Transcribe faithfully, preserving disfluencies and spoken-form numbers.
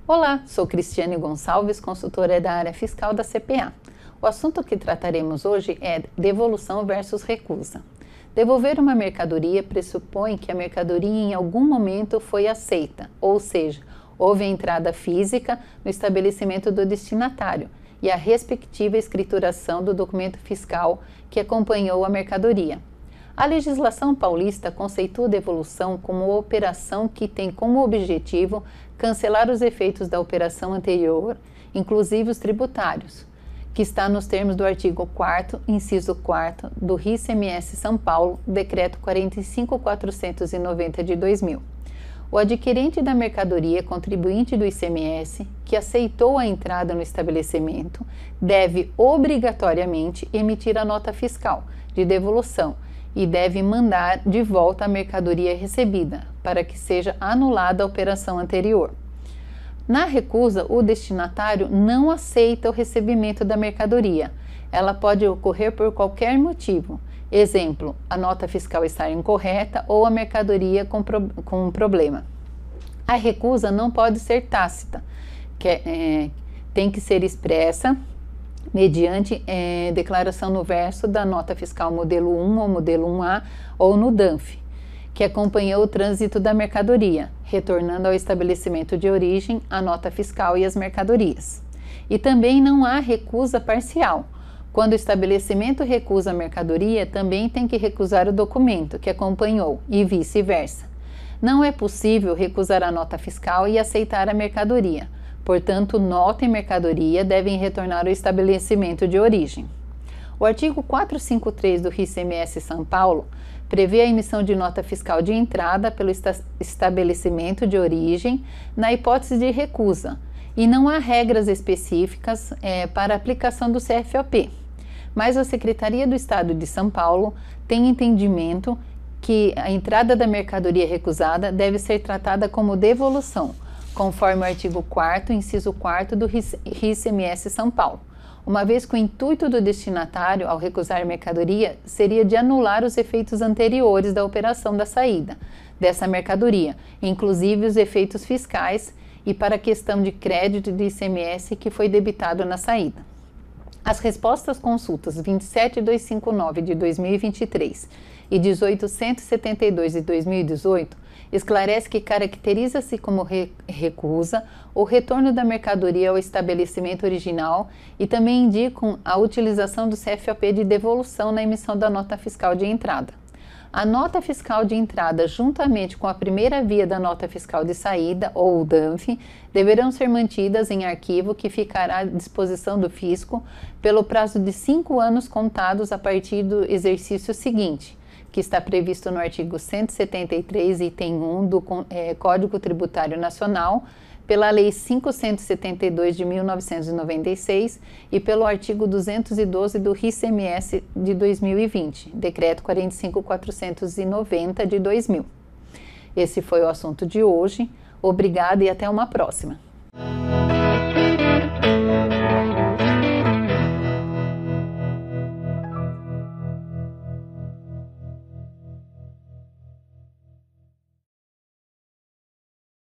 Olá, sou Cristiane Gonçalves, consultora da área fiscal da C P A. O assunto que trataremos hoje é devolução versus recusa. Devolver uma mercadoria pressupõe que a mercadoria em algum momento foi aceita, ou seja, houve a entrada física no estabelecimento do destinatário e a respectiva escrituração do documento fiscal que acompanhou a mercadoria. A legislação paulista conceitua a devolução como operação que tem como objetivo cancelar os efeitos da operação anterior, inclusive os tributários, que está nos termos do artigo quarto, inciso quarto, do R I C M S São Paulo, Decreto quarenta e cinco mil quatrocentos e noventa de dois mil. O adquirente da mercadoria contribuinte do I C M S, que aceitou a entrada no estabelecimento, deve obrigatoriamente emitir a nota fiscal de devolução e deve mandar de volta a mercadoria recebida, para que seja anulada a operação anterior. Na recusa, o destinatário não aceita o recebimento da mercadoria. Ela pode ocorrer por qualquer motivo. Exemplo, a nota fiscal estar incorreta ou a mercadoria com, pro, com um problema. A recusa não pode ser tácita, que é, tem que ser expressa mediante é, declaração no verso da nota fiscal modelo um ou modelo um A ou no D A N F, que acompanhou o trânsito da mercadoria, retornando ao estabelecimento de origem a nota fiscal e as mercadorias. E também não há recusa parcial. Quando o estabelecimento recusa a mercadoria, também tem que recusar o documento que acompanhou e vice-versa. Não é possível recusar a nota fiscal e aceitar a mercadoria. Portanto, nota e mercadoria devem retornar ao estabelecimento de origem. O artigo quatrocentos e cinquenta e três do R I C M S São Paulo prevê a emissão de nota fiscal de entrada pelo esta estabelecimento de origem na hipótese de recusa, e não há regras específicas é, para a aplicação do C F O P. Mas a Secretaria do Estado de São Paulo tem entendimento que a entrada da mercadoria recusada deve ser tratada como devolução, conforme o artigo quarto, inciso quarto do R I C M S São Paulo, uma vez que o intuito do destinatário, ao recusar a mercadoria, seria de anular os efeitos anteriores da operação da saída dessa mercadoria, inclusive os efeitos fiscais e para a questão de crédito de I C M S que foi debitado na saída. As respostas consultas vinte e sete mil duzentos e cinquenta e nove de dois mil e vinte e três e dezoito mil cento e setenta e dois de dois mil e dezoito esclarece que caracteriza-se como re recusa o retorno da mercadoria ao estabelecimento original e também indicam a utilização do C F O P de devolução na emissão da nota fiscal de entrada. A nota fiscal de entrada, juntamente com a primeira via da nota fiscal de saída, ou o D A N F, deverão ser mantidas em arquivo que ficará à disposição do fisco pelo prazo de cinco anos contados a partir do exercício seguinte, que está previsto no artigo cento e setenta e três, item um do é, Código Tributário Nacional, pela Lei quinhentos e setenta e dois de mil novecentos e noventa e seis e pelo artigo duzentos e doze do R I C M S de dois mil e vinte, Decreto quarenta e cinco mil quatrocentos e noventa de dois mil. Esse foi o assunto de hoje. Obrigada e até uma próxima.